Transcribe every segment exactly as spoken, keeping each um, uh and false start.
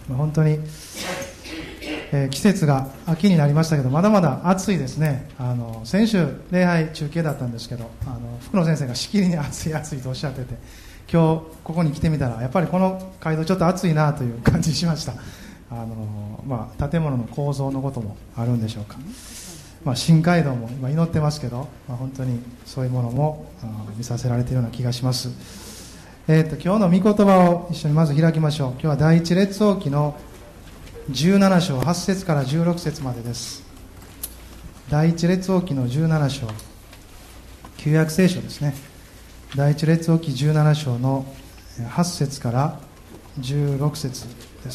本当に、えー、季節が秋になりましたけど、まだまだ暑いですね。あの先週礼拝中継だったんですけど、あの福野先生がしきりに暑い暑いとおっしゃってて、今日ここに来てみたらやっぱりこの街道ちょっと暑いなという感じしました。あの、まあ、建物の構造のこともあるんでしょうか。まあ、新街道も今祈ってますけど、まあ、本当にそういうものも見させられているような気がします。えー、と今日の御言葉を一緒にまず開きましょう。今日は第一列王記のじゅうなな章はち節からじゅうろく節までです。第一列王記のじゅうなな章、旧約聖書ですね。第一列王記じゅうなな章のはち節からじゅうろく節です。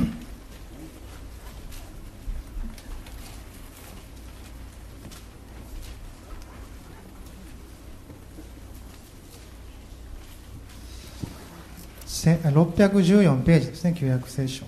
ろっぴゃくじゅうよんページですね、旧約聖書。い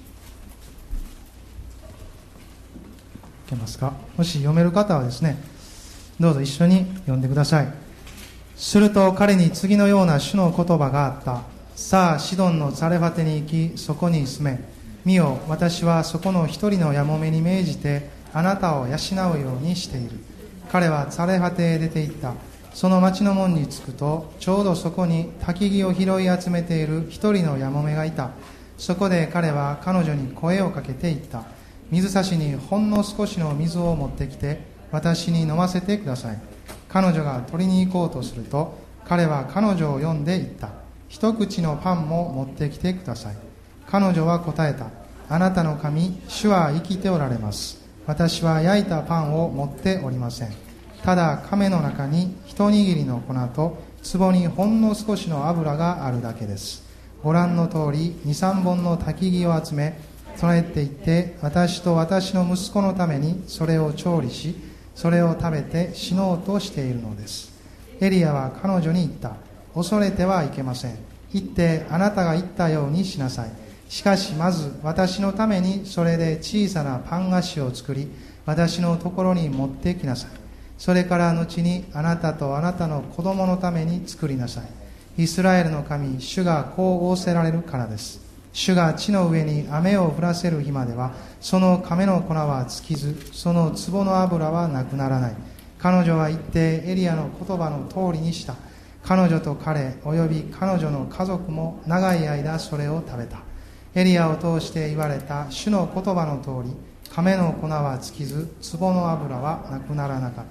けますか。もし読める方はですね、どうぞ一緒に読んでください。すると彼に次のような主の言葉があった。さあシドンのザレファテに行き、そこに住め。見よ、私はそこの一人のやもめに命じてあなたを養うようにしている。彼はザレファテへ出て行った。その町の門に着くと、ちょうどそこに焚き木を拾い集めている一人のやもめがいた。そこで彼は彼女に声をかけて言った。水差しにほんの少しの水を持ってきて私に飲ませてください。彼女が取りに行こうとすると、彼は彼女を呼んで言った。一口のパンも持ってきてください。彼女は答えた。あなたの神主は生きておられます。私は焼いたパンを持っておりません。ただ亀の中に一握りの粉と壺にほんの少しの油があるだけです。ご覧の通り二三本の焚き木を集め備えていって、私と私の息子のためにそれを調理し、それを食べて死のうとしているのです。エリアは彼女に言った。恐れてはいけません。行ってあなたが言ったようにしなさい。しかしまず私のためにそれで小さなパン菓子を作り、私のところに持ってきなさい。それから後にあなたとあなたの子供のために作りなさい。イスラエルの神主がこう仰せられるからです。主が地の上に雨を降らせる日までは、その亀の粉は尽きず、その壺の油はなくならない。彼女は言ってエリアの言葉の通りにした。彼女と彼および彼女の家族も長い間それを食べた。エリアを通して言われた主の言葉の通り、亀の粉は尽きず、壺の油はなくならなかった。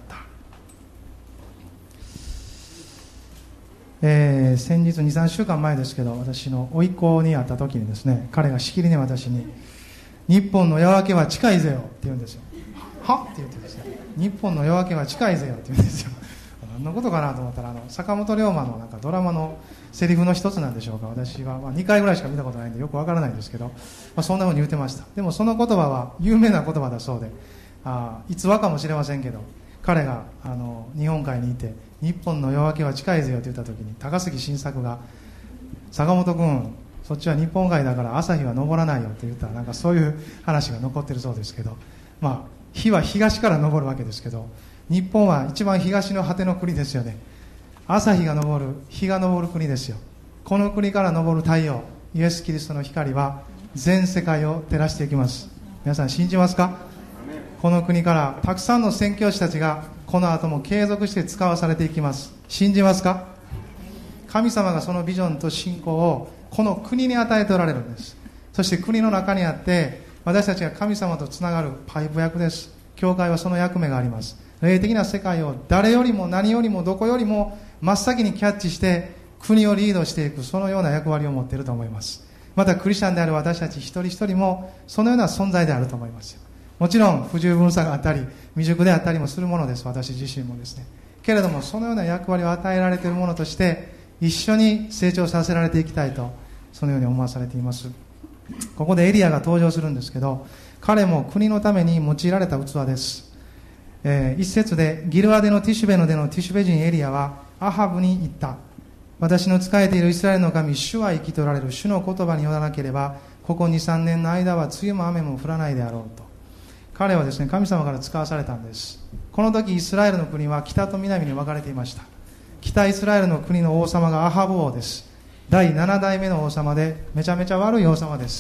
えー、先日にさんしゅうかんまえですけど、私の甥っ子に会った時にですね、彼がしきりに私に日本の夜明けは近いぜよって言うんですよ。はって言ってですね、日本の夜明けは近いぜよって言うんですよ。何のことかなと思ったら、あの坂本龍馬のなんかドラマのセリフの一つなんでしょうか。私はまあにかいぐらいしか見たことないんでよくわからないんですけど、まあ、そんなふうに言ってました。でもその言葉は有名な言葉だそうで、あ逸話かもしれませんけど、彼があの日本海にいて日本の夜明けは近いぜよと言った時に、高杉晋作が坂本君そっちは日本海だから朝日は昇らないよって言ったら、なんかそういう話が残ってるそうですけど、まあ日は東から昇るわけですけど、日本は一番東の果ての国ですよね。朝日が昇る、日が昇る国ですよ。この国から昇る太陽、イエス・キリストの光は全世界を照らしていきます。皆さん信じますか？この国からたくさんの宣教師たちがこの後も継続して使わされていきます。信じますか？神様がそのビジョンと信仰をこの国に与えておられるんです。そして国の中にあって私たちが神様とつながるパイプ役です。教会はその役目があります。霊的な世界を誰よりも何よりもどこよりも真っ先にキャッチして国をリードしていく、そのような役割を持っていると思います。またクリスチャンである私たち一人一人もそのような存在であると思いますよ。もちろん不十分さがあったり未熟であったりもするものです。私自身もですね。けれどもそのような役割を与えられているものとして一緒に成長させられていきたいと、そのように思わされています。ここでエリアが登場するんですけど、彼も国のために用いられた器です。えー、一節でギルアデのティシュベの出のティシュベ人エリアはアハブに言った。私の仕えているイスラエルの神主は生きておられる。主の言葉によらなければここにさんねんの間は梅雨も雨も降らないであろうと。彼はですね、神様から使わされたんです。この時イスラエルの国は北と南に分かれていました。北イスラエルの国の王様がアハブ王です。だいななだいめの王様でめちゃめちゃ悪い王様です。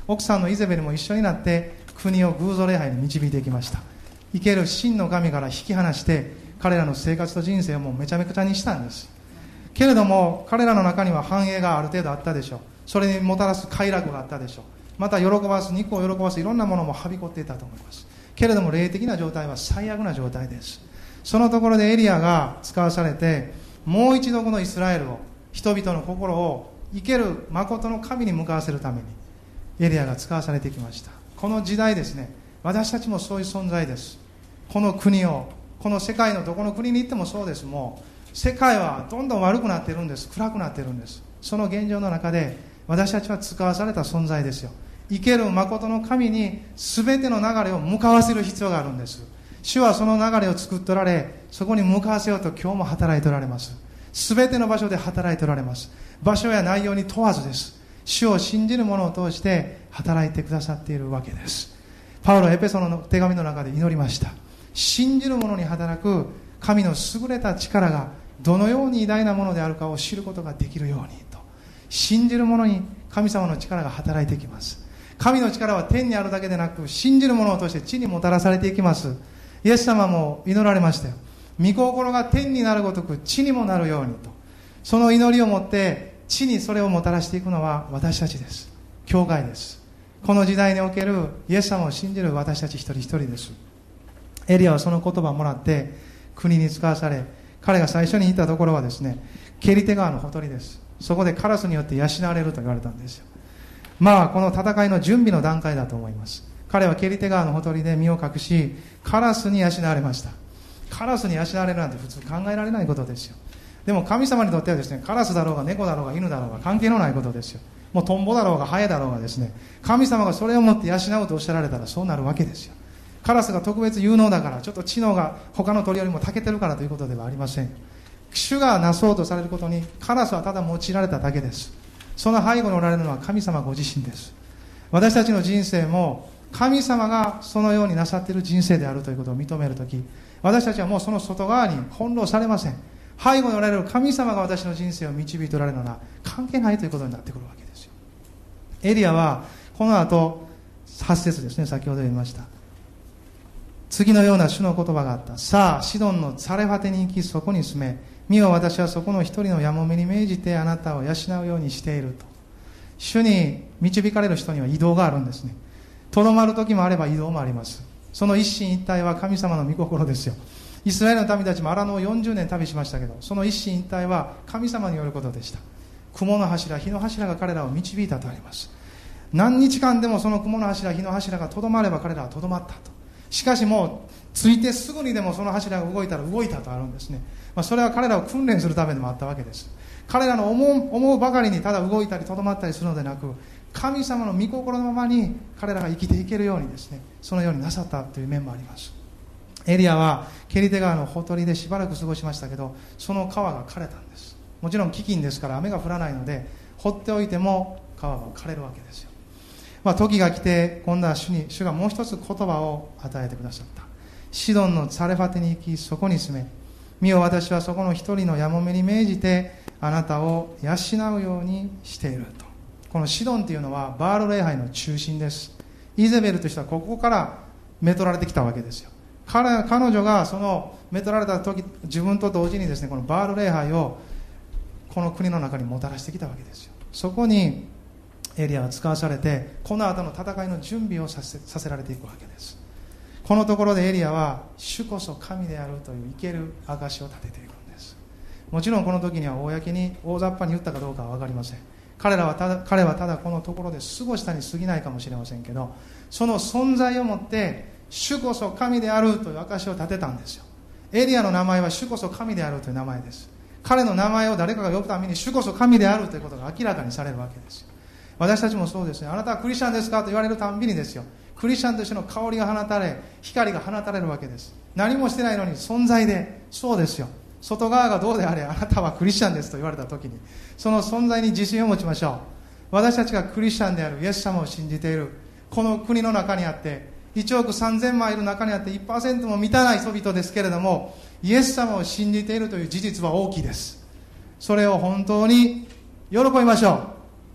奥さんのイゼベルも一緒になって国を偶像礼拝に導いていきました。生ける真の神から引き離して彼らの生活と人生をもうめちゃめちゃにしたんです。けれども彼らの中には繁栄がある程度あったでしょう。それにもたらす快楽があったでしょう。また喜ばす、肉を喜ばすいろんなものもはびこっていたと思います。けれども霊的な状態は最悪な状態です。そのところでエリアが使わされて、もう一度このイスラエルを、人々の心を生ける誠の神に向かわせるためにエリアが使わされてきました。この時代ですね、私たちもそういう存在です。この国を、この世界のどこの国に行ってもそうです。もう世界はどんどん悪くなっているんです。暗くなっているんです。その現状の中で私たちは使わされた存在ですよ。生ける誠の神に全ての流れを向かわせる必要があるんです。主はその流れを作っておられ、そこに向かわせようと今日も働いておられます。全ての場所で働いておられます。場所や内容に問わずです。主を信じる者を通して働いてくださっているわけです。パウロエペソの手紙の中で祈りました。信じる者に働く神の優れた力がどのように偉大なものであるかを知ることができるようにと。信じる者に神様の力が働いていきます。神の力は天にあるだけでなく、信じる者を通して地にもたらされていきます。イエス様も祈られましたよ。御心が天になるごとく地にもなるようにと。その祈りをもって地にそれをもたらしていくのは私たちです。教会です。この時代におけるイエス様を信じる私たち一人一人です。エリアはその言葉をもらって国に使わされ、彼が最初に行ったところはですね、ケリテ川のほとりです。そこでカラスによって養われると言われたんですよ。まあこの戦いの準備の段階だと思います。彼はケリテ川のほとりで身を隠し、カラスに養われました。カラスに養われるなんて普通考えられないことですよ。でも神様にとってはですね、カラスだろうが猫だろうが犬だろうが関係のないことですよ。もうトンボだろうがハエだろうがですね、神様がそれをもって養うとおっしゃられたらそうなるわけですよ。カラスが特別有能だから、ちょっと知能が他の鳥よりも長けてるからということではありません。主がなそうとされることにカラスはただ用いられただけです。その背後におられるのは神様ご自身です。私たちの人生も神様がそのようになさっている人生であるということを認めるとき、私たちはもうその外側に翻弄されません。背後におられる神様が私の人生を導いておられるのは関係ないということになってくるわけですよ。エリアはこの後はち節ですね、先ほど言いました。次のような主の言葉があった。さあシドンのサレファテに行き、そこに住め。見よ、私はそこの一人のやもめに命じてあなたを養うようにしていると。主に導かれる人には移動があるんですね。とどまる時もあれば移動もあります。その一心一体は神様の御心ですよ。イスラエルの民たちも荒野をよんじゅうねん旅しましたけど、その一心一体は神様によることでした。雲の柱、火の柱が彼らを導いたとあります。何日間でもその雲の柱、火の柱がとどまれば彼らはとどまったと。しかしもうついてすぐにでもその柱が動いたら動いたとあるんですね。まあ、それは彼らを訓練するためでもあったわけです。彼らの思う、思うばかりにただ動いたりとどまったりするのでなく、神様の御心のままに彼らが生きていけるようにですね、そのようになさったという面もあります。エリアはケリテ川のほとりでしばらく過ごしましたけど、その川が枯れたんです。もちろん飢饉ですから雨が降らないので、放っておいても川は枯れるわけですよ。まあ、時が来て今度は主に主がもう一つ言葉を与えてくださった。シドンのサレファテに行き、そこに住め。見よ、私はそこの一人のやもめに命じてあなたを養うようにしていると。このシドンというのはバール礼拝の中心です。イゼベルとしてはここからめとられてきたわけですよ。 彼, 彼女がそのめとられた時、自分と同時にですね、このバール礼拝をこの国の中にもたらしてきたわけですよ。そこにエリアは使わされて、この後の戦いの準備をさ せ, させられていくわけです。このところでエリアは主こそ神であるという生ける証を立てていくんです。もちろんこの時には公に大雑把に言ったかどうかは分かりません。彼らはただ彼はただこのところで過ごしたに過ぎないかもしれませんけど、その存在をもって主こそ神であるという証を立てたんですよ。エリアの名前は主こそ神であるという名前です。彼の名前を誰かが呼ぶために主こそ神であるということが明らかにされるわけですよ。私たちもそうですね。あなたはクリスチャンですかと言われるたんびにですよ、クリスチャンとしての香りが放たれ、光が放たれるわけです。何もしてないのに存在で、そうですよ、外側がどうであれあなたはクリスチャンですと言われた時に、その存在に自信を持ちましょう。私たちがクリスチャンであるイエス様を信じているこの国の中にあって、いちおくさんぜんまんいる中にあって いちパーセント も満たない人々ですけれども、イエス様を信じているという事実は大きいです。それを本当に喜びましょう。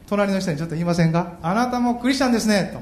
隣の人にちょっと言いませんか？あなたもクリスチャンですねと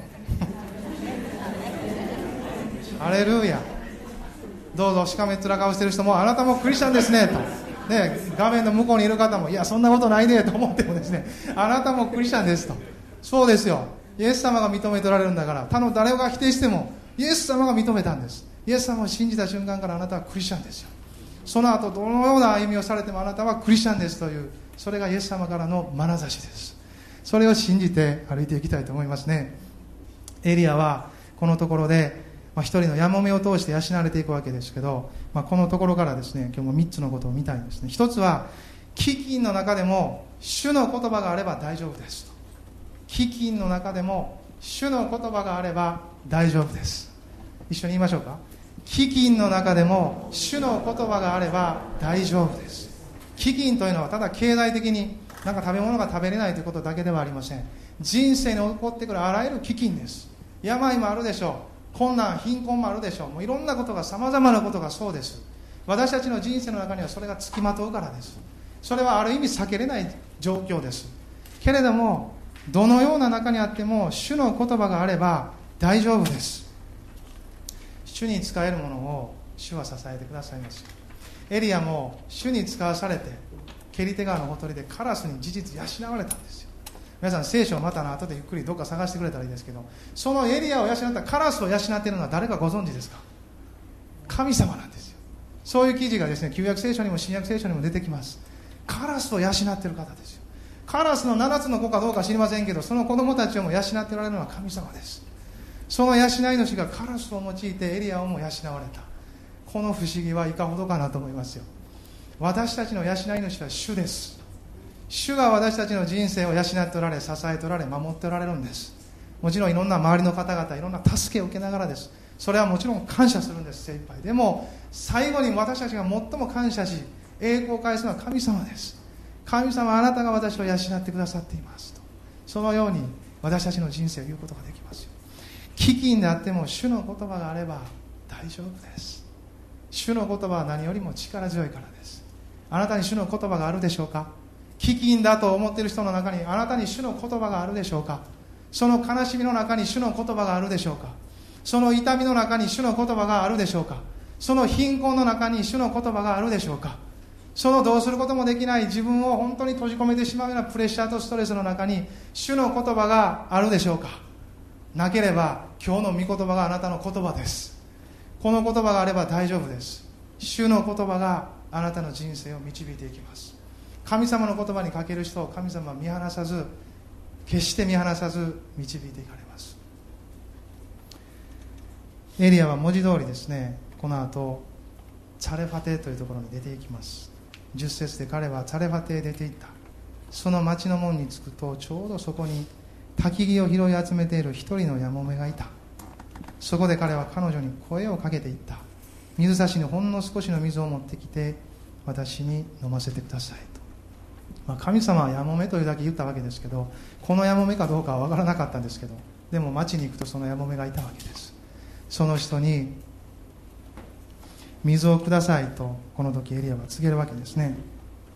ハレルヤ。どうぞしかめっ面顔してる人もあなたもクリスチャンですねと、ね、画面の向こうにいる方もいやそんなことないねと思ってもですね、あなたもクリスチャンですと。そうですよ、イエス様が認めておられるんだから、他の誰が否定してもイエス様が認めたんです。イエス様を信じた瞬間からあなたはクリスチャンですよ。その後どのような歩みをされてもあなたはクリスチャンですという、それがイエス様からの眼差しです。それを信じて歩いていきたいと思いますね。エリアはこのところで、まあ、一人のやもめを通して養われていくわけですけど、まあ、このところからですね、今日もみっつのことを見たいんですね。一つは飢饉の中でも主の言葉があれば大丈夫ですと。飢饉の中でも主の言葉があれば大丈夫です。一緒に言いましょうか。飢饉の中でも主の言葉があれば大丈夫です。飢饉というのはただ経済的になんか食べ物が食べれないということだけではありません。人生に起こってくるあらゆる飢饉です。病もあるでしょう、困難貧困もあるでしょう。もういろんなことが、さまざまなことがそうです。私たちの人生の中にはそれがつきまとうからです。それはある意味避けれない状況です。けれどもどのような中にあっても主の言葉があれば大丈夫です。主に仕えるものを主は支えてくださいます。エリアも主に使わされてケリテ川のほとりでカラスに事実養われたんですよ。皆さん聖書をまたの後でゆっくりどっか探してくれたらいいですけど、そのエリアを養ったカラスを養っているのは誰かご存知ですか？神様なんですよ。そういう記事がですね、旧約聖書にも新約聖書にも出てきます。カラスを養っている方ですよ。カラスのななつの子かどうか知りませんけど、その子供たちをも養っておられるのは神様です。その養い主がカラスを用いてエリアをも養われた。この不思議はいかほどかなと思いますよ。私たちの養い主は主です。主が私たちの人生を養っておられ、支えておられ、守っておられるんです。もちろんいろんな周りの方々いろんな助けを受けながらです。それはもちろん感謝するんです、精一杯。でも最後に私たちが最も感謝し栄光を返すのは神様です。神様、あなたが私を養ってくださっていますと、そのように私たちの人生を言うことができますよ。飢饉であっても主の言葉があれば大丈夫です。主の言葉は何よりも力強いからです。あなたに主の言葉があるでしょうか？飢饉だと思っている人の中にあなたに主の言葉があるでしょうか？その悲しみの中に主の言葉があるでしょうか？その痛みの中に主の言葉があるでしょうか？その貧困の中に主の言葉があるでしょうか？そのどうすることもできない自分を本当に閉じ込めてしまうようなプレッシャーとストレスの中に主の言葉があるでしょうか？なければ今日の御言葉があなたの言葉です。この言葉があれば大丈夫です。主の言葉があなたの人生を導いていきます。神様の言葉にかける人を神様は見放さず、決して見放さず導いていかれます。エリアは文字通りですね、この後ツァレファテというところに出ていきます。じゅっ節で彼はツァレファテへ出て行った。その町の門に着くとちょうどそこに焚き木を拾い集めている一人のやもめがいた。そこで彼は彼女に声をかけていった。水差しにほんの少しの水を持ってきて私に飲ませてくださいと。まあ、神様はやもめというだけ言ったわけですけど、このやもめかどうかは分からなかったんですけど、でも町に行くとそのやもめがいたわけです。その人に水をくださいとこの時エリアは告げるわけですね。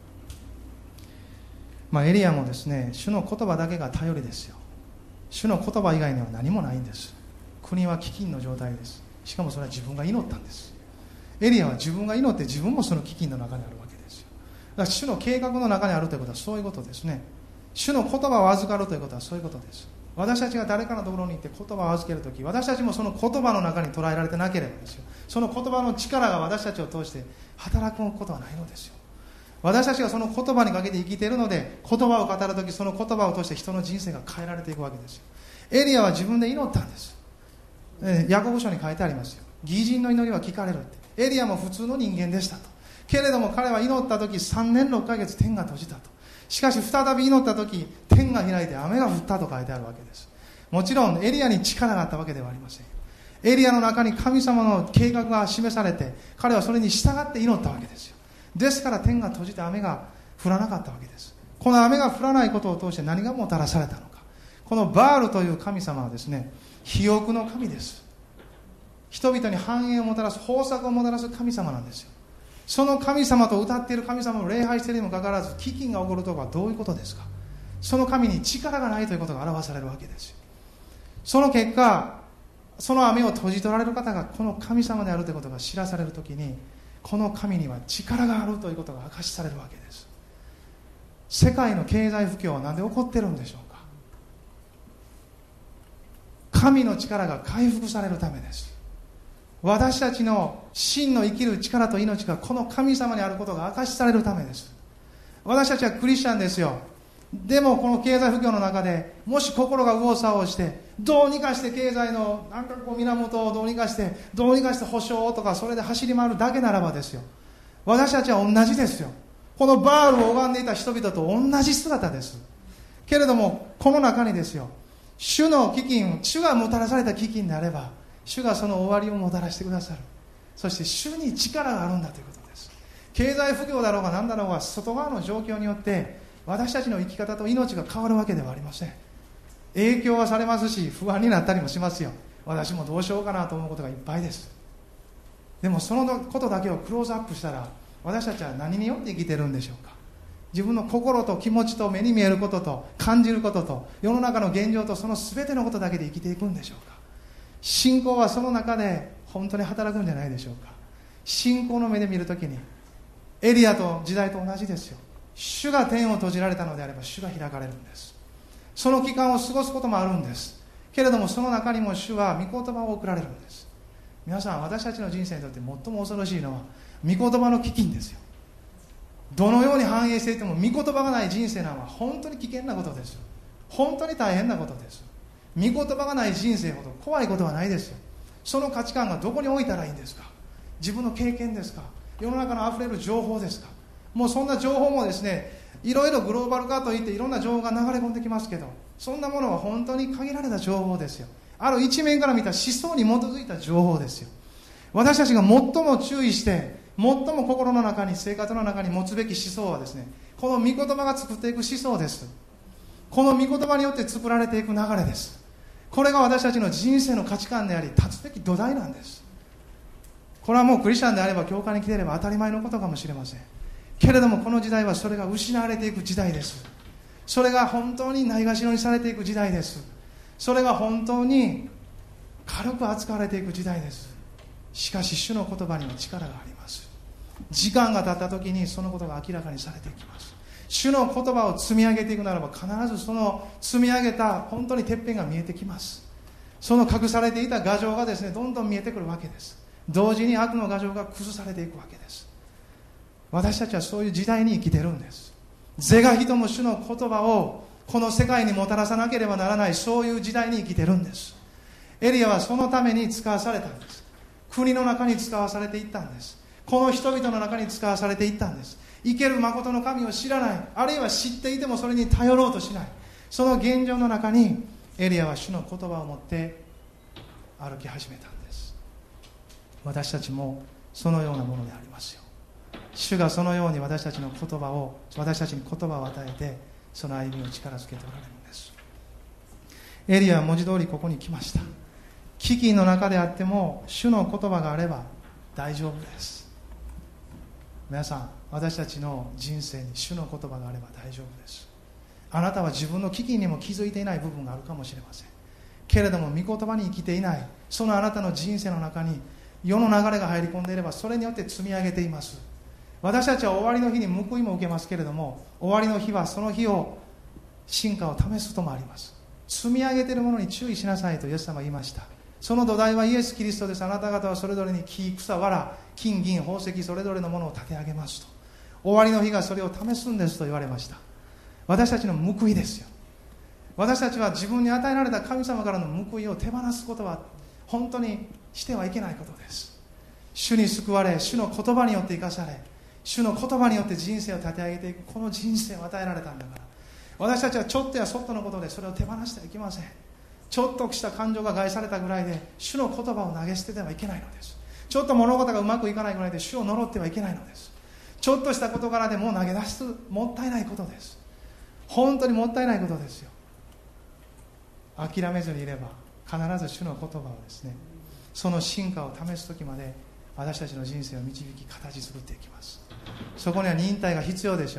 まあ、エリアもですね、主の言葉だけが頼りですよ。主の言葉以外には何もないんです。国は飢饉の状態です。しかもそれは自分が祈ったんです。エリアは自分が祈って自分もその飢饉の中にあるわけですよ。だから主の計画の中にあるということはそういうことですね。主の言葉を預かるということはそういうことです。私たちが誰かのところに行って言葉を預けるとき、私たちもその言葉の中に捉えられてなければですよ、その言葉の力が私たちを通して働くことはないのですよ。私たちがその言葉にかけて生きているので、言葉を語るときその言葉を通して人の人生が変えられていくわけですよ。エリアは自分で祈ったんです。ヤコブ書に書いてありますよ。義人の祈りは聞かれるって。エリアも普通の人間でしたと。けれども彼は祈ったときさんねんろっかげつ天が閉じたと。しかし再び祈ったとき天が開いて雨が降ったと書いてあるわけです。もちろんエリアに力があったわけではありません。エリアの中に神様の計画が示されて、彼はそれに従って祈ったわけですよ。ですから天が閉じて雨が降らなかったわけです。この雨が降らないことを通して何がもたらされたのか。このバールという神様はですね、肥沃の神です。人々に繁栄をもたらす、豊作をもたらす神様なんですよ。その神様と歌っている神様を礼拝しているにもかかわらず飢饉が起こるとはどういうことですか。 その神に力がないということが表されるわけですよ。その結果、その雨を閉じ取られる方がこの神様であるということが知らされるときに、この神には力があるということが明かしされるわけです。世界の経済不況は何で起こっているんでしょうか。神の力が回復されるためです。私たちの真の生きる力と命がこの神様にあることが明かしされるためです。私たちはクリスチャンですよ。でもこの経済不況の中で、もし心が右往左往してどうにかして経済のなんかこう源をどうにかしてどうにかして保証とかそれで走り回るだけならばですよ、私たちは同じですよ。このバールを拝んでいた人々と同じ姿です。けれどもこの中にですよ、主の飢饉、主がもたらされた飢饉であれば、主がその終わりをもたらしてくださる。そして主に力があるんだということです。経済不況だろうが何だろうが、外側の状況によって私たちの生き方と命が変わるわけではありません。影響はされますし、不安になったりもしますよ。私もどうしようかなと思うことがいっぱいです。でもそのことだけをクローズアップしたら、私たちは何によって生きているんでしょうか。自分の心と気持ちと目に見えることと感じることと世の中の現状とその全てのことだけで生きていくんでしょうか。信仰はその中で本当に働くんじゃないでしょうか。信仰の目で見るときにエリアと時代と同じですよ。主が天を閉じられたのであれば主が開かれるんです。その期間を過ごすこともあるんです。けれどもその中にも主は御言葉を送られるんです。皆さん、私たちの人生にとって最も恐ろしいのは御言葉の飢饉ですよ。どのように繁栄していても御言葉がない人生なのは本当に危険なことです。本当に大変なことです。御言葉がない人生ほど怖いことはないですよ。その価値観がどこに置いたらいいんですか。自分の経験ですか、世の中のあふれる情報ですか。もうそんな情報もですね、いろいろグローバル化といっていろんな情報が流れ込んできますけど、そんなものは本当に限られた情報ですよ。ある一面から見た思想に基づいた情報ですよ。私たちが最も注意して最も心の中に、生活の中に持つべき思想はですね、この御言葉が作っていく思想です。この御言葉によって作られていく流れです。これが私たちの人生の価値観であり、立つべき土台なんです。これはもうクリスチャンであれば、教会に来ていれば当たり前のことかもしれませんけれども、この時代はそれが失われていく時代です。それが本当にないがしろにされていく時代です。それが本当に軽く扱われていく時代です。しかし主の言葉には力があります。時間が経った時にそのことが明らかにされていきます。主の言葉を積み上げていくならば、必ずその積み上げた本当にてっぺんが見えてきます。その隠されていた牙城がですね、どんどん見えてくるわけです。同時に悪の牙城が崩されていくわけです。私たちはそういう時代に生きているんです。是が非とも主の言葉をこの世界にもたらさなければならない、そういう時代に生きているんです。エリアはそのために使わされたんです。国の中に使わされていったんです。この人々の中に使わされていったんです。生ける誠の神を知らない、あるいは知っていてもそれに頼ろうとしない、その現状の中にエリアは主の言葉を持って歩き始めたんです。私たちもそのようなものでありますよ。主がそのように私たちの言葉を私たちに言葉を与えて、その歩みを力づけておられるんです。エリアは文字通りここに来ました。飢饉の中であっても主の言葉があれば大丈夫です。皆さん、私たちの人生に主の言葉があれば大丈夫です。あなたは自分の飢饉にも気づいていない部分があるかもしれませんけれども、御言葉に生きていないそのあなたの人生の中に世の流れが入り込んでいれば、それによって積み上げています。私たちは終わりの日に報いも受けますけれども、終わりの日はその日を進化を試すこともあります。積み上げているものに注意しなさいとイエス様は言いました。その土台はイエス・キリストです。あなた方はそれぞれに木、草、藁、金、銀、宝石、それぞれのものを立て上げますと。終わりの日がそれを試すんですと言われました。私たちの報いですよ。私たちは自分に与えられた神様からの報いを手放すことは本当にしてはいけないことです。主に救われ、主の言葉によって生かされ、主の言葉によって人生を立て上げていく、この人生を与えられたんだから、私たちはちょっとやそっとのことでそれを手放してはいけません。ちょっとした感情が害されたぐらいで主の言葉を投げ捨ててはいけないのです。ちょっと物事がうまくいかないぐらいで主を呪ってはいけないのです。ちょっとした事柄でもう投げ出す、もったいないことです。本当にもったいないことですよ。諦めずにいれば必ず主の言葉をですね、その進化を試す時まで私たちの人生を導き形作っていきます。そこには忍耐が必要でしょう。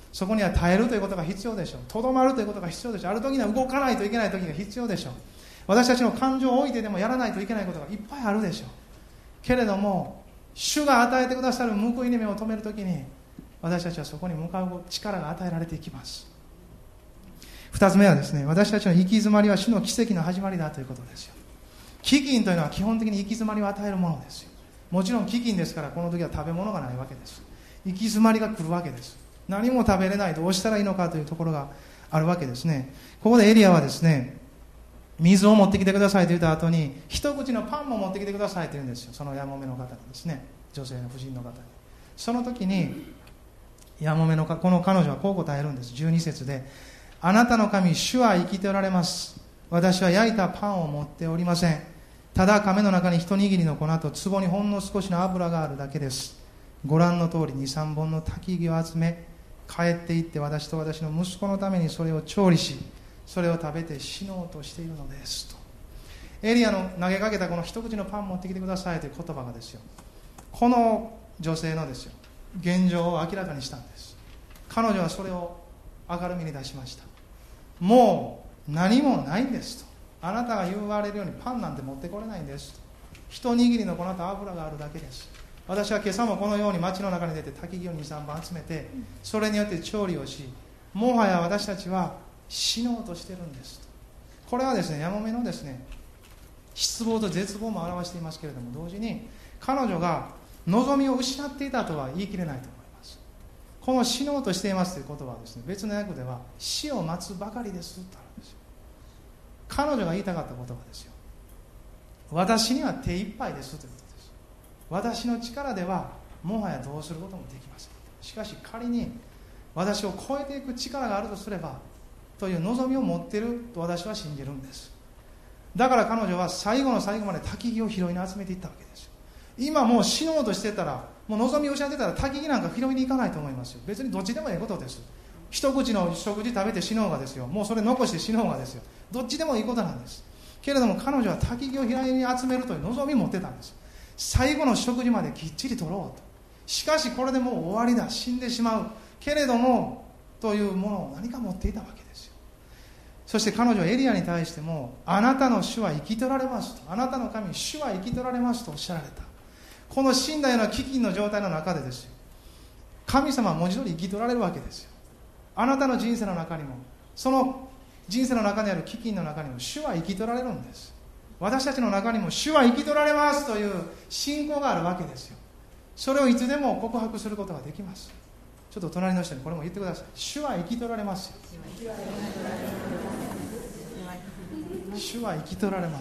そこには耐えるということが必要でしょう。とどまるということが必要でしょう。ある時には動かないといけない時が必要でしょう。私たちの感情を置いてでもやらないといけないことがいっぱいあるでしょう。けれども主が与えてくださる報いに目を留めるときに、私たちはそこに向かう力が与えられていきます。二つ目はですね、私たちの行き詰まりは主の奇跡の始まりだということですよ。飢饉というのは基本的に行き詰まりを与えるものですよ。もちろん飢饉ですから、この時は食べ物がないわけです。行き詰まりが来るわけです。何も食べれない、どうしたらいいのかというところがあるわけですね。ここでエリアはですね、水を持ってきてくださいと言った後に、一口のパンも持ってきてくださいと言うんですよ。そのやもめの方にですね、女性の婦人の方に。その時にやもめのこの彼女はこう答えるんです。じゅうに節で、あなたの神主は生きておられます。私は焼いたパンを持っておりません。ただ亀の中に一握りの粉と壺にほんの少しの油があるだけです。ご覧の通りに、さんぼんの焚き木を集め、帰って行って私と私の息子のためにそれを調理し、それを食べて死のうとしているのですと。エリアの投げかけたこの一口のパン持ってきてくださいという言葉がですよ、この女性のですよ現状を明らかにしたんです。彼女はそれを明るみに出しました。もう何もないんですと。あなたが言われるようにパンなんて持ってこれないんですと。一握りの粉と油があるだけです。私は今朝もこのように街の中に出て焚き木を にさんぼん集めて、それによって調理をし、もはや私たちは死のうとしてるんですと。これはですね、やもめのですね失望と絶望も表していますけれども、同時に彼女が望みを失っていたとは言い切れないと思います。この死のうとしていますという言葉はですね、別の訳では死を待つばかりですとあるんですよ。彼女が言いたかった言葉ですよ。私には手一杯ですということです。私の力ではもはやどうすることもできません。しかし仮に私を超えていく力があるとすればという望みを持っていると私は信じるんです。だから彼女は最後の最後まで焚き木を拾いに集めていったわけですよ。今もう死のうとしてたら、もう望みを失ってたら焚き木なんか拾いに行かないと思いますよ。別にどっちでもいいことです。一口の食事食べて死のうがですよ、もうそれ残して死のうがですよ、どっちでもいいことなんです。けれども彼女は焚き木を拾いに集めるという望みを持ってたんです。最後の食事まできっちり取ろうと。しかしこれでもう終わりだ、死んでしまうけれどもというものを何か持っていたわけですよ。そして彼女はエリアに対しても、あなたの主は生き取られますと、あなたの神主は生き取られますとおっしゃられた。この死んだような飢饉の状態の中でですよ、神様は文字通り生き取られるわけですよ。あなたの人生の中にも、その人生の中にある飢饉の中にも主は生き取られるんです。私たちの中にも主は生き取られますという信仰があるわけですよ。それをいつでも告白することができます。ちょっと隣の人にこれも言ってください。主は生き取られますよ。主は生き取られます。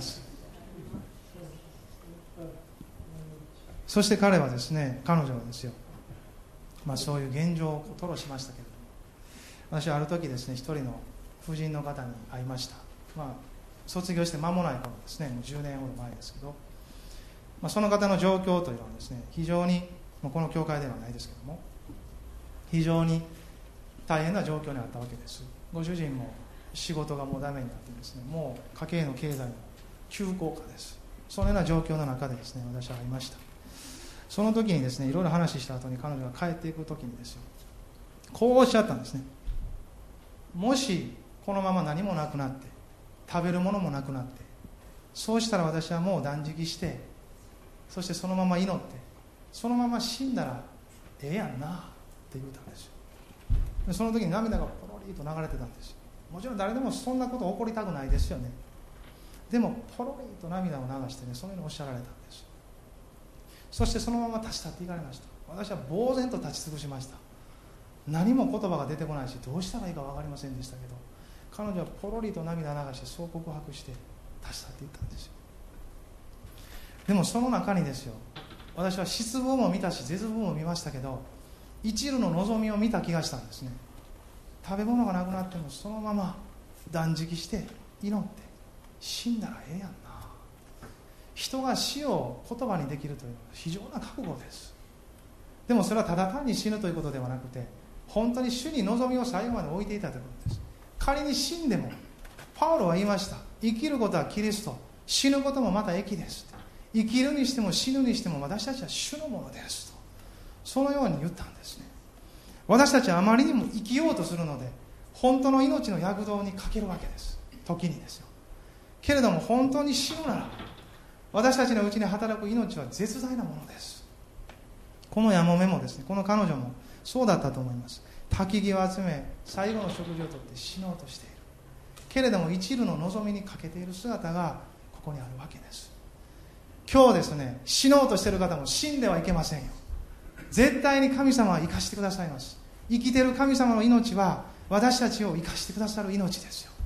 そして彼はですね、彼女はですよ、まあ、そういう現状を吐露しましたけれども、私はある時ですね、一人の婦人の方に会いました。まあ、卒業して間もない頃ですね、もうじゅうねんほど前ですけど、まあ、その方の状況というのはですね、非常に、まあ、この教会ではないですけども、非常に大変な状況にあったわけです。ご主人も仕事がもうダメになってですね、もう家計の経済の急降下です。そのような状況の中でですね、私は会いました。その時にですね、いろいろ話した後に彼女が帰っていく時にですよ、こうおっしゃったんですね。もしこのまま何もなくなって食べるものもなくなって、そうしたら私はもう断食して、そしてそのまま祈って、そのまま死んだらええやんなって言ったんですよ。でその時に涙がポロリと流れてたんですよ。もちろん誰でもそんなこと起こりたくないですよね。でもポロリと涙を流してね、そういうのをおっしゃられたんです。そしてそのまま立ち去っていかれました。私は呆然と立ち尽くしました。何も言葉が出てこないし、どうしたらいいか分かりませんでしたけど、彼女はポロリと涙流してそう告白して立ち去っていったんですよ。でもその中にですよ、私は失望も見たし絶望も見ましたけど、一縷の望みを見た気がしたんですね。食べ物がなくなってもそのまま断食して祈って死んだらええやんな。人が死を言葉にできるというのは非常な覚悟です。でもそれはただ単に死ぬということではなくて、本当に主に望みを最後まで置いていたということです。仮に死んでも、パウロは言いました。生きることはキリスト、死ぬこともまた益です。生きるにしても死ぬにしても私たちは主のものですと、そのように言ったんですね。 私たちはあまりにも生きようとするので、本当の命の躍動にかけるわけです。時にですよ。けれども本当に死ぬなら、私たちのうちに働く命は絶大なものです。このやもめもですね、この彼女もそうだったと思います。焚き木を集め、最後の食事をとって死のうとしている。けれども一縷の望みにかけている姿がここにあるわけです。今日ですね、死のうとしている方も死んではいけませんよ。絶対に神様は生かしてくださいます。生きている神様の命は私たちを生かしてくださる命ですよ。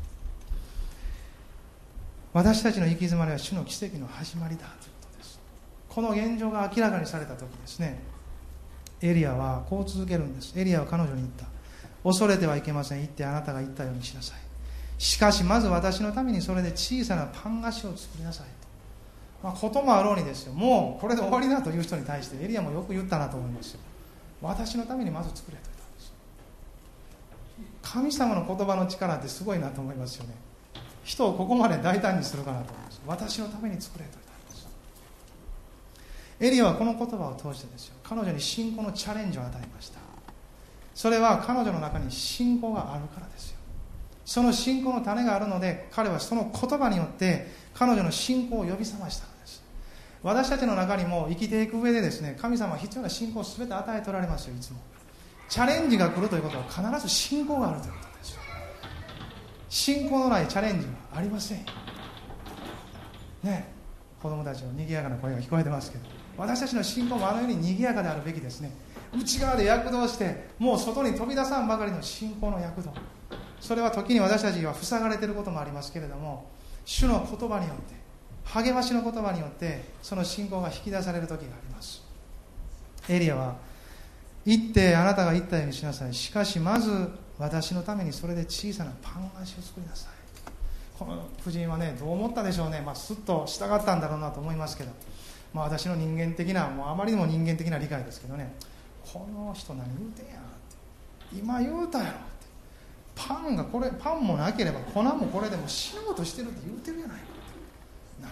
私たちの行き詰まりは主の奇跡の始まりだということです。この現状が明らかにされた時ですね、エリアはこう続けるんです。エリアは彼女に言った。恐れてはいけません。行ってあなたが言ったようにしなさい。しかしまず私のためにそれで小さなパン菓子を作りなさいと。まあ、こともあろうにですよ、もうこれで終わりだという人に対してエリアもよく言ったなと思いますよ。私のためにまず作れと言ったんです。神様の言葉の力ってすごいなと思いますよね。人をここまで大胆にするかなと思います。私のために作れと言ったんです。エリアはこの言葉を通してですよ、彼女に信仰のチャレンジを与えました。それは彼女の中に信仰があるからですよ。その信仰の種があるので、彼はその言葉によって彼女の信仰を呼び覚ましたのです。私たちの中にも生きていく上でですね、神様は必要な信仰を全て与えておられますよ。いつもチャレンジが来るということは必ず信仰があるということですよ。信仰のないチャレンジはありませんよね。子供たちの賑やかな声が聞こえてますけど、私たちの信仰もあのように賑やかであるべきですね。内側で躍動してもう外に飛び出さんばかりの信仰の躍動、それは時に私たちは塞がれていることもありますけれども、主の言葉によって、励ましの言葉によってその信仰が引き出される時があります。エリアは行ってあなたが言ったようにしなさい。しかしまず私のためにそれで小さなパン菓子を作りなさい。この夫人はね、どう思ったでしょうね。まあ、すっと従ったんだろうなと思いますけど、まあ、私の人間的な、もうあまりにも人間的な理解ですけどね、この人何言うてんやって、今言うたやろって、パンがこれ、パンもなければ粉もこれでも死のうとしてるって言うてるやないかって、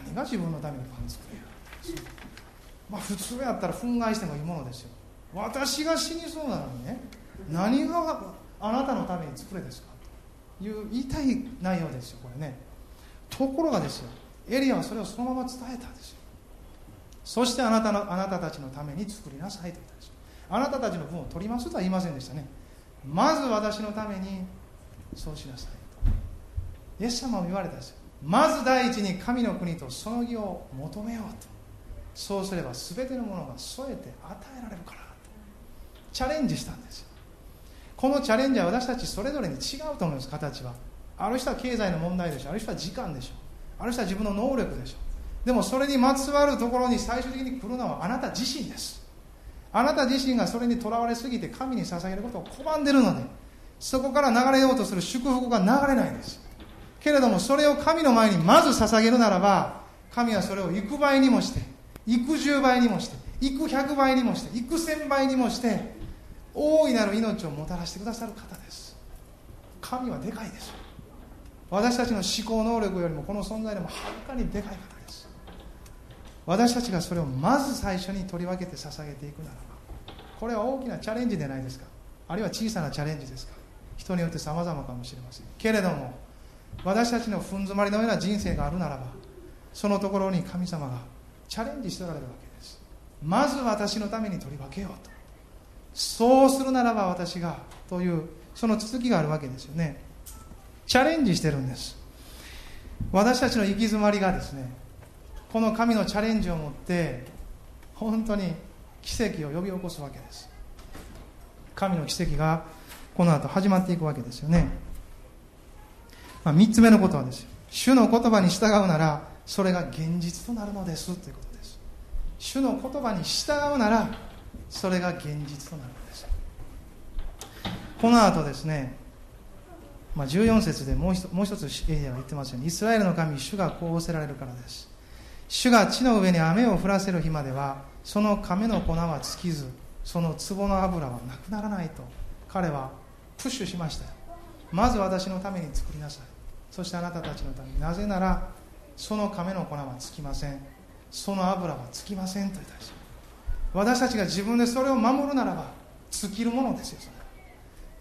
何が自分のためにパン作るやんって、まあ、普通やったら憤慨してもいいものですよ。私が死にそうなのにね、何があなたのために作れですかという言いたい内容ですよ、これね。ところがですよ、エリアはそれをそのまま伝えたんですよ。そしてあなたのあなたたちのために作りなさいと言ったんですよ。あなたたちの分を取りますとは言いませんでしたね。まず私のためにそうしなさいとイエス様も言われたんですよ。まず第一に神の国とその義を求めようと、そうすれば全てのものが添えて与えられるからとチャレンジしたんですよ。このチャレンジは私たちそれぞれに違うと思います。形はある人は経済の問題でしょう、ある人は時間でしょう、ある人は自分の能力でしょう。でもそれにまつわるところに最終的に来るのはあなた自身です。あなた自身がそれにとらわれすぎて神に捧げることを拒んでいるので、そこから流れようとする祝福が流れないんです。けれどもそれを神の前にまず捧げるならば、神はそれを幾倍にもして、幾十倍にもして、幾百倍にもして、幾千倍にもして大いなる命をもたらしてくださる方です。神はでかいです。私たちの思考能力よりもこの存在でもはるかにでかい方です。私たちがそれをまず最初に取り分けて捧げていくならば、これは大きなチャレンジでないですか。あるいは小さなチャレンジですか。人によって様々かもしれませんけれども、私たちのふん詰まりのような人生があるならば、そのところに神様がチャレンジしておられるわけです。まず私のために取り分けようと、そうするならば私がというその続きがあるわけですよね。チャレンジしてるんです。私たちの行き詰まりがですね、この神のチャレンジをもって本当に奇跡を呼び起こすわけです。神の奇跡がこの後始まっていくわけですよね。まあ、みっつめのことはですよ、主の言葉に従うならそれが現実となるのですということです。主の言葉に従うならそれが現実となるのです。この後ですね、まあ、じゅうよん節でもう一, もう一つエリアが言ってますように、イスラエルの神主がこう仰せられるからです。主が地の上に雨を降らせる日まではその亀の粉は尽きず、その壺の油はなくならないと彼はプッシュしましたよ。まず私のために作りなさい、そしてあなたたちのために。なぜならその亀の粉は尽きません、その油は尽きませんと言ったんですよ。私たちが自分でそれを守るならば尽きるものですよ。それ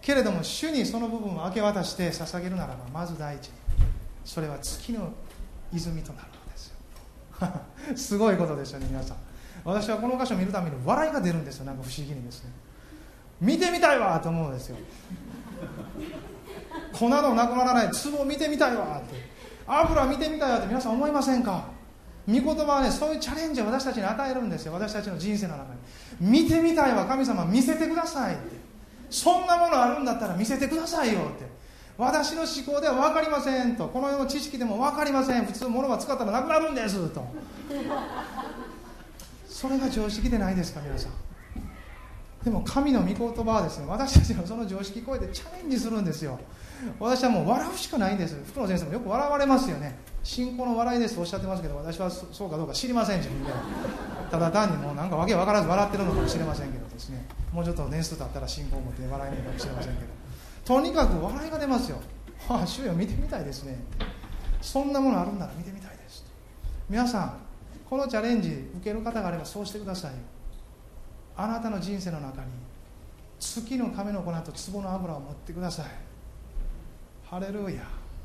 けれども主にその部分を明け渡して捧げるならば、まず第一にそれは月の泉となるのですよすごいことですよね皆さん。私はこの箇所を見るために笑いが出るんですよ。なんか不思議にですね、見てみたいわと思うんですよ粉のなくならない壺を見てみたいわって、油見てみたいわって皆さん思いませんか。御言葉はね、そういうチャレンジを私たちに与えるんですよ。私たちの人生の中に見てみたいわ、神様見せてくださいって、そんなものあるんだったら見せてくださいよって、私の思考では分かりませんと、この世の知識でも分かりません、普通物は使ったらなくなるんですとそれが常識でないですか皆さん。でも神の御言葉はですね、私たちのその常識超えてチャレンジするんですよ。私はもう笑うしかないんです。福野先生もよく笑われますよね。信仰の笑いですとおっしゃってますけど、私はそうかどうか知りません自分でただ単にもうなんかわけ分からず笑ってるのかもしれませんけどですね、もうちょっと年数経ったら信仰を持って笑えないかもしれませんけど、とにかく笑いが出ますよ。ああ主よ見てみたいですね、そんなものあるんなら見てみたいです。皆さんこのチャレンジ受ける方があればそうしてくださいよ。あなたの人生の中に月の亀の粉と壺の油を持ってください。ハレルヤ。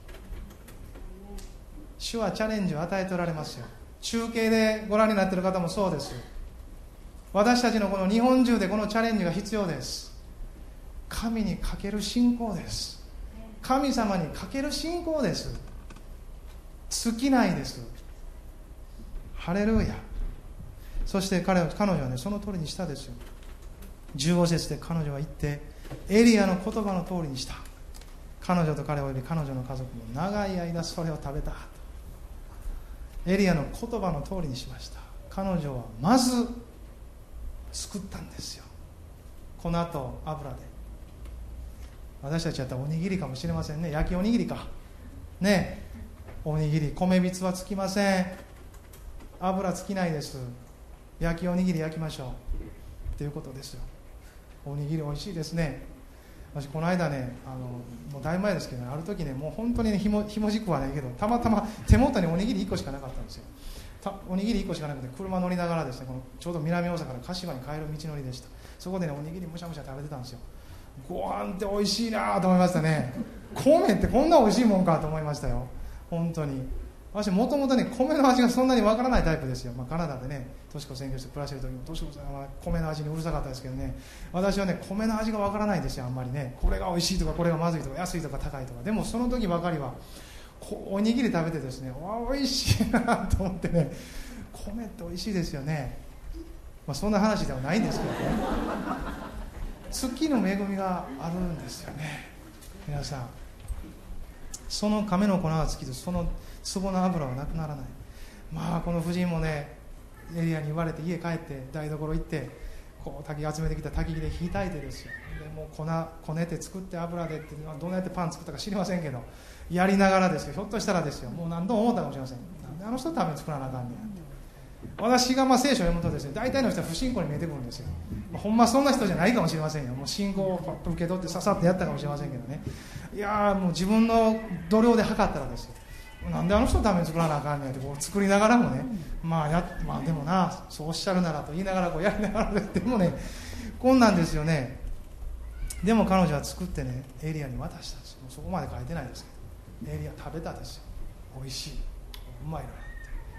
主はチャレンジを与えておられますよ。中継でご覧になっている方もそうです。私たちのこの日本中でこのチャレンジが必要です。神にかける信仰です。神様にかける信仰です。尽きないです。ハレルヤ。そして彼は彼女はねその通りにしたですよ。じゅうご節で彼女は言ってエリアの言葉の通りにした。彼女と彼および彼女の家族も長い間それを食べた。エリアの言葉の通りにしました。彼女はまず作ったんですよ。粉と油で。私たちやったらおにぎりかもしれませんね。焼きおにぎりかね。おにぎり米びつはつきません。油つきないです。焼きおにぎり焼きましょうということですよ。おにぎりおいしいですね。私この間ねあのもうだいぶ前ですけど、ね、ある時ねもう本当にねひも、ひも軸はないけどたまたま手元におにぎりいっこしかなかったんですよ。たおにぎりいっこしかなくて車乗りながらですね、このちょうど南大阪から柏に帰る道のりでした。そこでねおにぎりむしゃむしゃ食べてたんですよ。ご飯って美味しいなと思いましたね。米ってこんな美味しいもんかと思いましたよ。本当に私もともとね米の味がそんなにわからないタイプですよ。まあ、カナダでねトシコ宣言して暮らしてる時もトシコさんは米の味にうるさかったですけどね、私はね米の味がわからないですよ。あんまりねこれが美味しいとかこれがまずいとか安いとか高いとか。でもその時ばかりはおにぎり食べてですね、わ美味しいなと思ってね、米って美味しいですよね。まあ、そんな話ではないんですけどね月の恵みがあるんですよね。皆さんその亀の粉は尽きずその壺の油はなくならない。まあこの夫人もねエリアに言われて家帰って台所行ってこう焚き集めてきた焚き木で火焚いてですよ。でもう粉こねて作って油でってどうやってパン作ったか知りませんけどやりながらですよ。ひょっとしたらですよもう何度も思ったかもしれません。なんであの人のために作らなあかんねんって。私がまあ聖書を読むとですね大体の人は不信仰に見えてくるんですよ。まあ、ほんまそんな人じゃないかもしれませんよ。もう信仰をパッと受け取ってささっとやったかもしれませんけどね。いやもう自分の度量で測ったらですよ、なんであの人のために作らなあかんねんってこう作りながらもね、まあやまあでもなそうおっしゃるならと言いながらこうやりながらでもねこんなんですよね。でも彼女は作ってねエリアに渡したんですよ。もうそこまで書いてないですけどエリア食べたですよ。美味しい、うまいなって。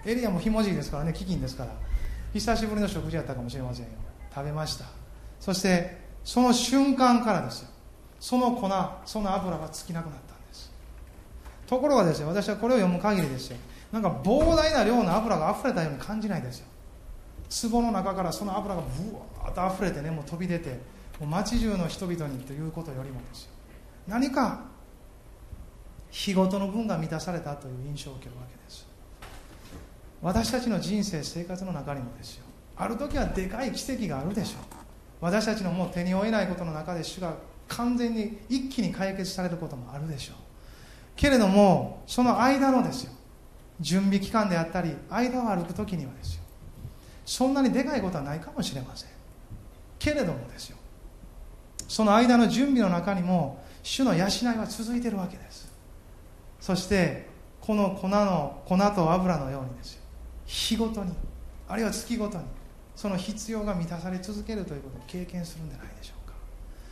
エリアもひもじいですからね、飢饉ですから久しぶりの食事やったかもしれませんよ。食べました。そしてその瞬間からですよその粉その油が尽きなくなったんです。ところがですよ私はこれを読む限りですよなんか膨大な量の油が溢れたように感じないですよ。壺の中からその油がブワーッと溢れてねもう飛び出てもう街中の人々にということよりもですよ何か日ごとの分が満たされたという印象を受けるわけです。私たちの人生生活の中にもですよある時はでかい奇跡があるでしょう。私たちのもう手に負えないことの中で主が完全に一気に解決されることもあるでしょうけれどもその間のですよ準備期間であったり間を歩く時にはですよそんなにでかいことはないかもしれませんけれどもですよその間の準備の中にも主の養いは続いているわけです。そしてこの粉の粉と油のようにですよ日ごとにあるいは月ごとにその必要が満たされ続けるということを経験するんじゃないでしょうか。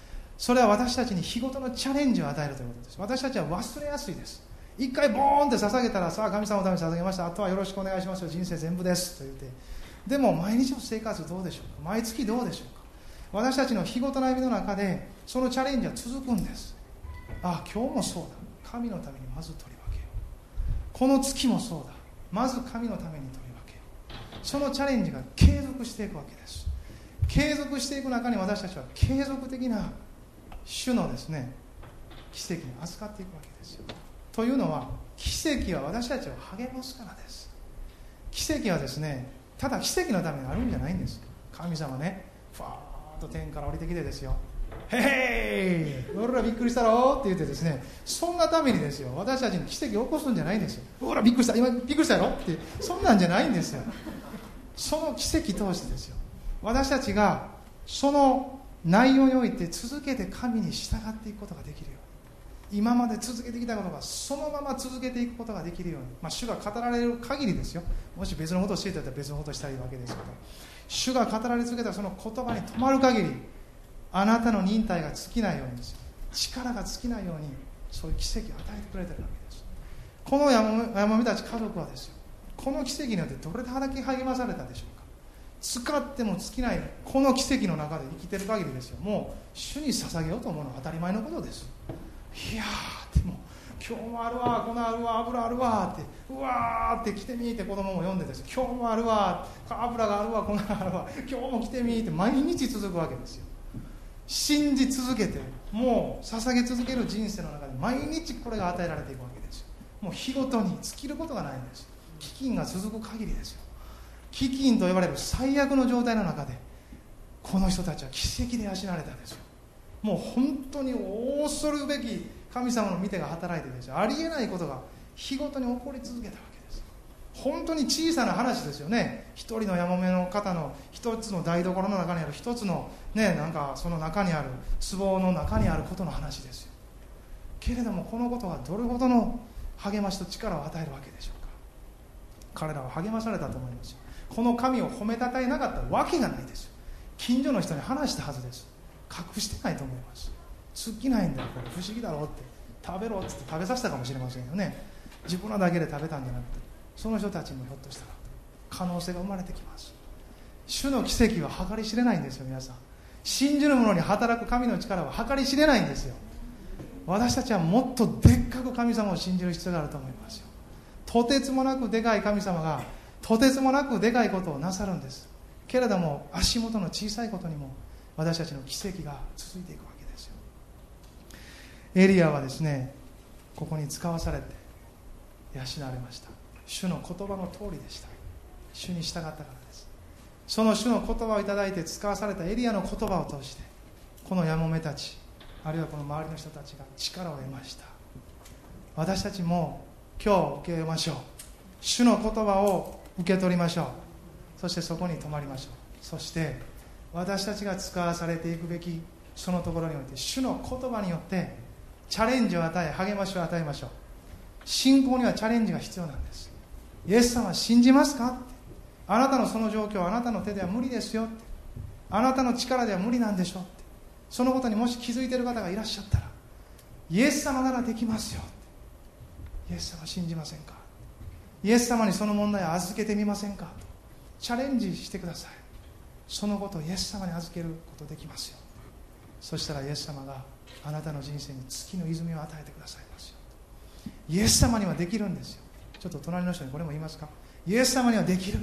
それは私たちに日ごとのチャレンジを与えるということです。私たちは忘れやすいです。一回ボーンって捧げたら、さあ神様のために捧げました、あとはよろしくお願いしますよ、人生全部ですと言って、でも毎日の生活どうでしょうか、毎月どうでしょうか。私たちの日ごとの歩みの中でそのチャレンジは続くんです。ああ今日もそうだ、神のためにまず取り分けよう、この月もそうだ、まず神のために取り分けよう。そのチャレンジが継続していくわけです。継続していく中に私たちは継続的な主のですね奇跡に預かっていくわけですよ。というのは、奇跡は私たちを励ますからです。奇跡はですね、ただ奇跡のためにあるんじゃないんです。神様ね、ファーッと天から降りてきてですよ、へい俺らびっくりしたろって言ってですね、そんなためにですよ、私たちに奇跡を起こすんじゃないんですよ。ほらびっくりした、今びっくりしたやろって、そんなんじゃないんですよ。その奇跡通してですよ、私たちがその内容において続けて神に従っていくことができるように、今まで続けてきたことがそのまま続けていくことができるように、まあ、主が語られる限りですよ。もし別のことをしていたら別のことをしたいわけですけど、主が語られ続けたその言葉に止まる限り、あなたの忍耐が尽きないようにですよ、力が尽きないように、そういう奇跡を与えてくれているわけです。このやもめたち家族はですよ、この奇跡によってどれだけ励まされたでしょうか。使っても尽きないこの奇跡の中で生きている限りですよ、もう主に捧げようと思うのは当たり前のことです。いやーでも今日もあるわ、粉あるわ、油あるわって、うわーって来てみーって子供も読んでです、今日もあるわ、油があるわ、粉があるわ、今日も来てみーって毎日続くわけですよ。信じ続けて、もう捧げ続ける人生の中で毎日これが与えられていくわけですよ。もう日ごとに尽きることがないんです。飢饉が続く限りですよ。飢饉と呼ばれる最悪の状態の中で、この人たちは奇跡で養われたんですよ。もう本当に恐るべき神様の御手が働いてですよ、ありえないことが日ごとに起こり続けたわけです。本当に小さな話ですよね。一人のやもめの方の一つの台所の中にある一つのね、なんかその中にある壺の中にあることの話ですよ。けれどもこのことはどれほどの励ましと力を与えるわけでしょうか。彼らは励まされたと思いますよ。この神を褒めたたえなかったわけがないですよ。近所の人に話したはずです。隠してないと思います。尽きないんだよ、これ不思議だろうって、食べろってって食べさせたかもしれませんよね。自分らだけで食べたんじゃなくて、その人たちにもひょっとしたら可能性が生まれてきます。主の奇跡は計り知れないんですよ。皆さん、信じる者に働く神の力は計り知れないんですよ。私たちはもっとでっかく神様を信じる必要があると思いますよ。とてつもなくでかい神様がとてつもなくでかいことをなさるんです。けれども足元の小さいことにも私たちの奇跡が続いていくわけですよ。エリアはですね、ここに使わされて養われました。主の言葉の通りでした。主に従ったからです。その主の言葉をいただいて使わされたエリアの言葉を通して、このやもめたち、あるいはこの周りの人たちが力を得ました。私たちも今日受けましょう。主の言葉を受け取りましょう。そしてそこに止まりましょう。そして私たちが使わされていくべきそのところにおいて、主の言葉によってチャレンジを与え、励ましを与えましょう。信仰にはチャレンジが必要なんです。イエス様信じますか？あなたのその状況、あなたの手では無理ですよって、あなたの力では無理なんでしょって、そのことにもし気づいている方がいらっしゃったら、イエス様ならできますよって、イエス様信じませんか？イエス様にその問題を預けてみませんか？とチャレンジしてください。そのことをイエス様に預けることできますよ。そしたらイエス様があなたの人生に月の泉を与えてくださいますよ。イエス様にはできるんですよ。ちょっと隣の人にこれも言いますか？イエス様にはできるって。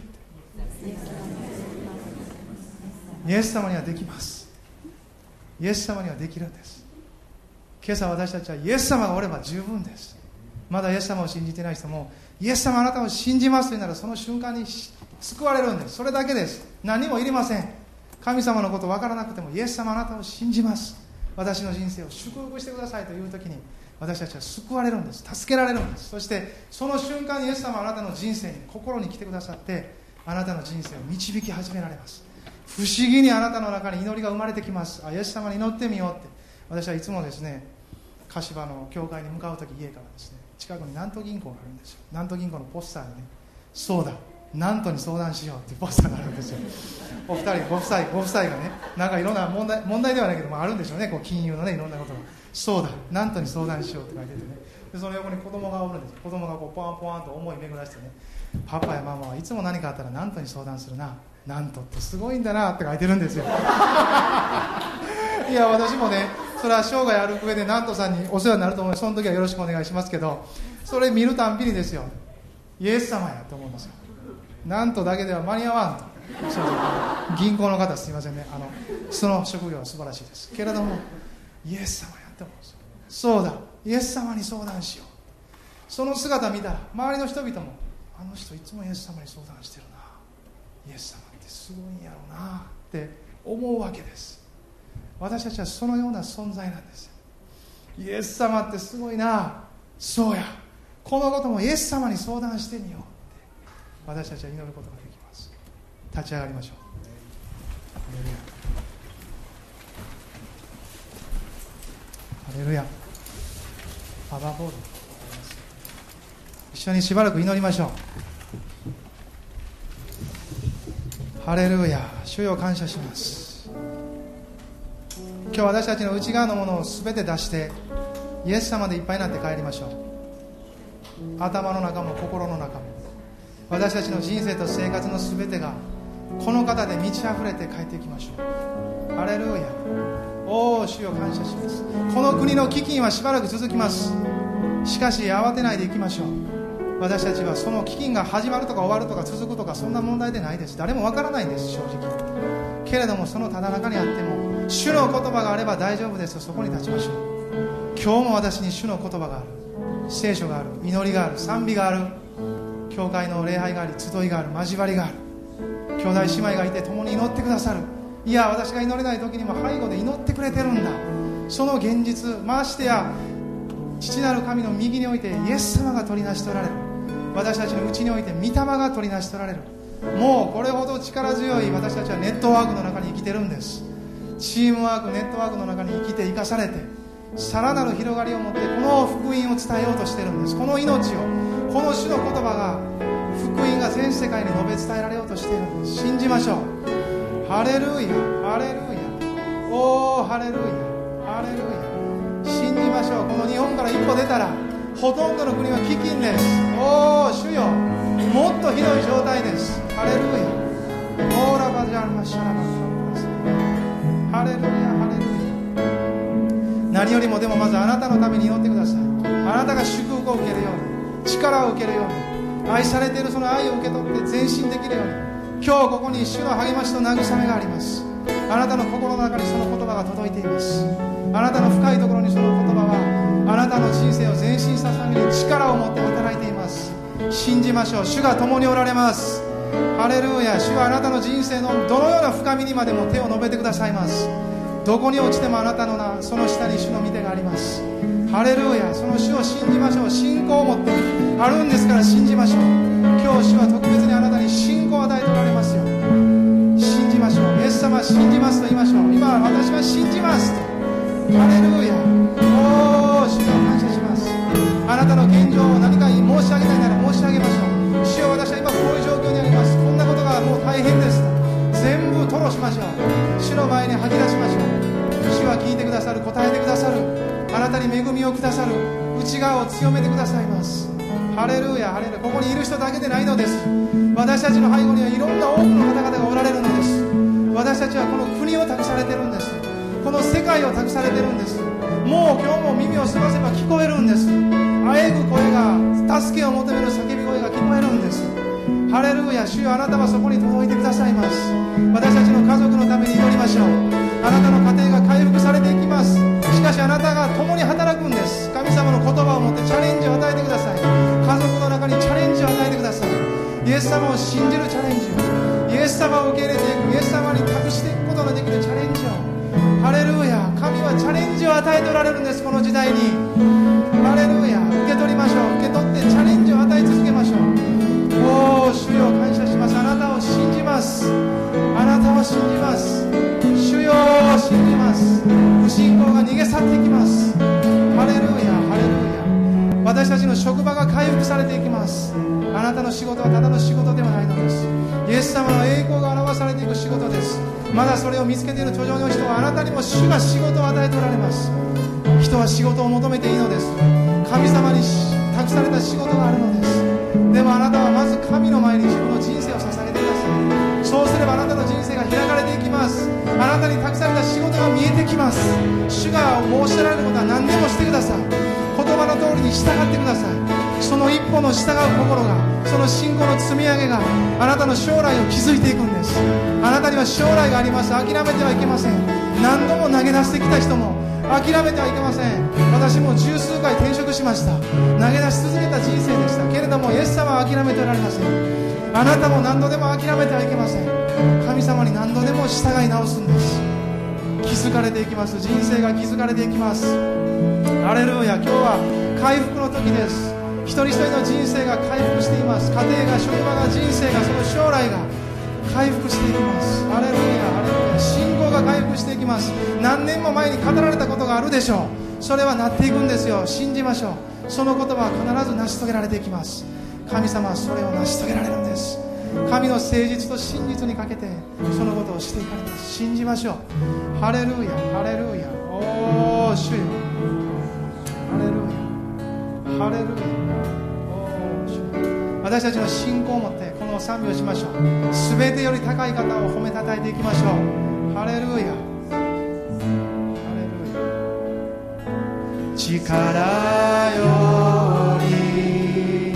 イエス様にはできます。イエス様にはできるんです。今朝私たちはイエス様がおれば十分です。まだイエス様を信じていない人も、イエス様あなたを信じますというなら、その瞬間に救われるんです。それだけです。何もいりません。神様のこと分からなくても、イエス様あなたを信じます、私の人生を祝福してくださいという時に、私たちは救われるんです。助けられるんです。そしてその瞬間にイエス様はあなたの人生に心に来てくださって、あなたの人生を導き始められます。不思議にあなたの中に祈りが生まれてきます。あ、イエス様に祈ってみようって。私はいつもですね、柏の教会に向かう時、家からですね、近くに南都銀行があるんですよ。南都銀行のポスターにね、そうだ、 なんとに相談しようっていうポスターがあるんですよ。お二人ご夫妻ご夫妻がね、なんかいろんな問題問題ではないけどもあるんでしょうね、こう金融のねいろんなことが。そうだ、なんとに相談しようって書いててね、でその横に子供がおるんです。子供がこうポワンポワンと思い巡らしてね、パパやママはいつも何かあったらなんとに相談するな、なんとってすごいんだなって書いてるんですよ。いや私もね、それは生涯歩く上でなんとさんにお世話になると思うので、その時はよろしくお願いしますけど、それ見るたんびにですよ、イエス様やと思うんですよ。なんとだけでは間に合わんと。銀行の方すいませんね、あのその職業は素晴らしいですけれども、イエス様やって思うんですよ。そうだ、イエス様に相談しよう。その姿見たら周りの人々も、あの人いつもイエス様に相談してるな、イエス様ってすごいんやろうなって思うわけです。私たちはそのような存在なんです。イエス様ってすごいな、そうや、このこともイエス様に相談してみようって私たちは祈ることができます。立ち上がりましょう。ハレルヤ。パワーボール一緒にしばらく祈りましょう。ハレルヤ。主よ感謝します。今日私たちの内側のものを全て出してイエス様でいっぱいになって帰りましょう。頭の中も心の中も、私たちの人生と生活の全てがこの方で満ち溢れて帰っていきましょう。ハレルヤ。おー主よ感謝します。この国の飢饉はしばらく続きます。しかし慌てないでいきましょう。私たちはその飢饉が始まるとか終わるとか続くとかそんな問題でないです。誰もわからないんです、正直。けれどもそのただ中にあっても主の言葉があれば大丈夫です。そこに立ちましょう。今日も私に主の言葉がある、聖書がある、祈りがある、賛美がある、教会の礼拝があり、集いがある、交わりがある、兄弟姉妹がいて共に祈ってくださる。いや私が祈れない時にも背後で祈ってくれてるんだ。その現実、ましてや父なる神の右においてイエス様が取りなし取られる、私たちのうちにおいて御霊が取りなし取られる。もうこれほど力強い私たちはネットワークの中に生きてるんです。チームワーク、ネットワークの中に生きて生かされて、さらなる広がりを持ってこの福音を伝えようとしているんです。この命を、この主の言葉が、福音が全世界に述べ伝えられようとしているんです。信じましょう。ハレルヤ、ハレルヤ、おーハレルヤ、ハレルヤ。信じましょう。この日本から一歩出たらほとんどの国は飢饉です。おー主よ、もっとひどい状態です。ハレルヤ、オーラバジャルマシャラバシャラバ。ハレルヤ、ハレルヤ。何よりもでもまずあなたのために祈ってください。あなたが祝福を受けるように、力を受けるように、愛されているその愛を受け取って前進できるように、今日ここに主の励ましと慰めがあります。あなたの心の中にその言葉が届いています。あなたの深いところにその言葉はあなたの人生を前進させるために力を持って働いています。信じましょう。主が共におられます。ハレルヤ。主はあなたの人生のどのような深みにまでも手を述べてくださいます。どこに落ちてもあなたの名、その下に主の御手があります。ハレルヤ。その主を信じましょう。信仰を持ってあるんですから信じましょう。今日主は特別にあなたに信仰を与えておられますよ。信じましょう。イエス様は信じますと言いましょう。今私は信じますと。ハレルヤ。おー主を感謝します。あなたの現状を何か申し上げたいなら申し上げましょう。主よ、私は今こういう状況にあります。こんなことがもう大変ですと全部吐露しましょう。主の前に吐き出しましょう。主は聞いてくださる、答えてくださる、あなたに恵みをくださる、内側を強めてくださいます。ハレルヤ、ハレルヤ。ここにいる人だけでないのです。私たちの背後にはいろんな多くの方々がおられるのです。私たちはこの国を託されてるんです。この世界を託されてるんです。もう今日も耳を澄ませば聞こえるんです。あえぐ声が、助けを求める叫び声が聞こえるんです。ハレルヤ。主よ、あなたはそこに届いてくださいます。私たちの家族のために祈りましょう。あなたの家庭が回復されていきます。しかしあなたが共に働くんです。神様の言葉を持ってチャレンジを与えてください。家族の中にチャレンジを与えてください。イエス様を信じるチャレンジを、イエス様を受け入れていく、イエス様に託していくことのできるチャレンジを。ハレルヤ。神はチャレンジを与えておられるんです。この時代にハレルヤ。受け取りましょう。受け取ってチャレンジを与え続けましょう。おー主よ感謝します。あなたを信じます。あなたを信じます。主よ信じます。不信仰が逃げ去っていきます。ハレルヤ、ハレルヤ。私たちの職場が回復されていきます。あなたの仕事はただの仕事ではないので様の栄光が表されていく仕事です。まだそれを見つけている途上の人は、あなたにも主が仕事を与えておられます。人は仕事を求めていいのです。神様に託された仕事があるのです。でもあなたはまず神の前に自分の人生を捧げてください。そうすればあなたの人生が開かれていきます。あなたに託された仕事が見えてきます。主が申し上げられることは何でもしてください。言葉の通りに従ってください。その一歩の従う心が、その信仰の積み上げがあなたの将来を築いていくんです。あなたには将来があります。諦めてはいけません。何度も投げ出してきた人も諦めてはいけません。私も十数回転職しました。投げ出し続けた人生でしたけれども、イエス様は諦めておられません。あなたも何度でも諦めてはいけません。神様に何度でも従い直すんです。気づかれていきます。人生が気づかれていきます。ハレルヤ。今日は回復の時です。一人一人の人生が回復しています。家庭が、職場が、人生が、その将来が回復していきます。ハレルヤ、ハレルヤ。信仰が回復していきます。何年も前に語られたことがあるでしょう。それはなっていくんですよ。信じましょう。その言葉は必ず成し遂げられていきます。神様はそれを成し遂げられるんです。神の誠実と真実にかけてそのことをしていかれます。信じましょう。ハレルヤ、ハレルヤ。おー、主よ。ハレルヤ、ハレルヤ。おー、主よ。私たちの信仰を持ってこの賛美をしましょう。すべてより高い方を褒めたたえていきましょう。ハレルヤ、ハレルヤ。力より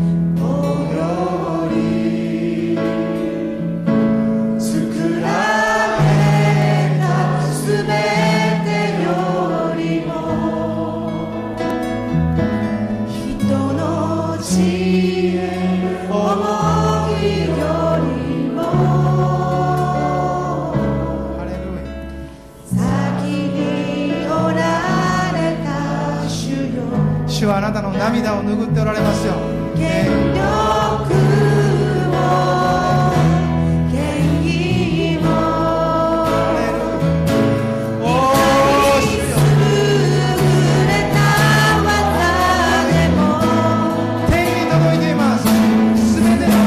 おより作られたすべてよりも人の知恵思いよりもハレルヤ。先におられた主よ。主はあなたの涙を拭っておられますよ。権力も権威も優れた技でも天に届いています。すべての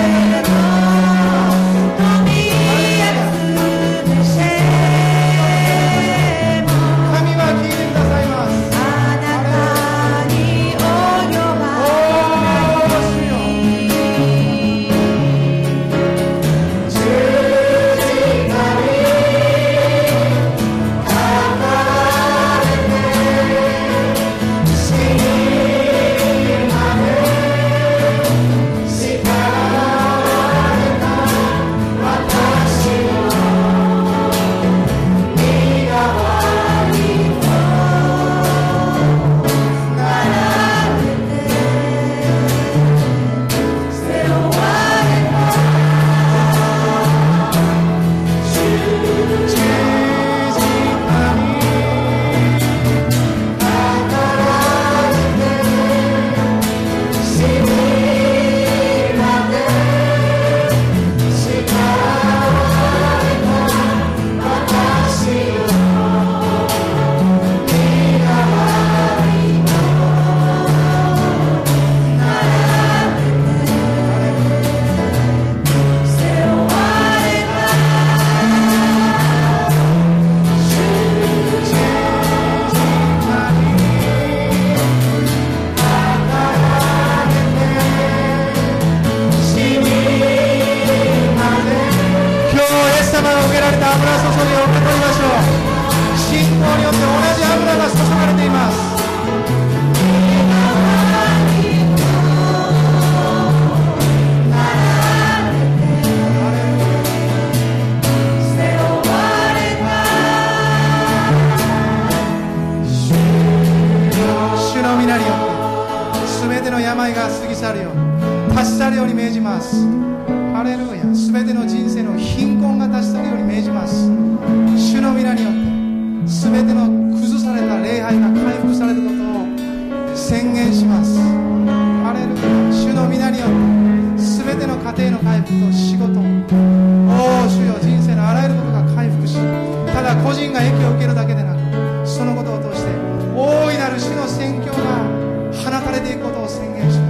富安でしも神は聞いてくださいます。あなたに及ばそのことを通して大いなる主の宣教が放たれていくことを宣言します。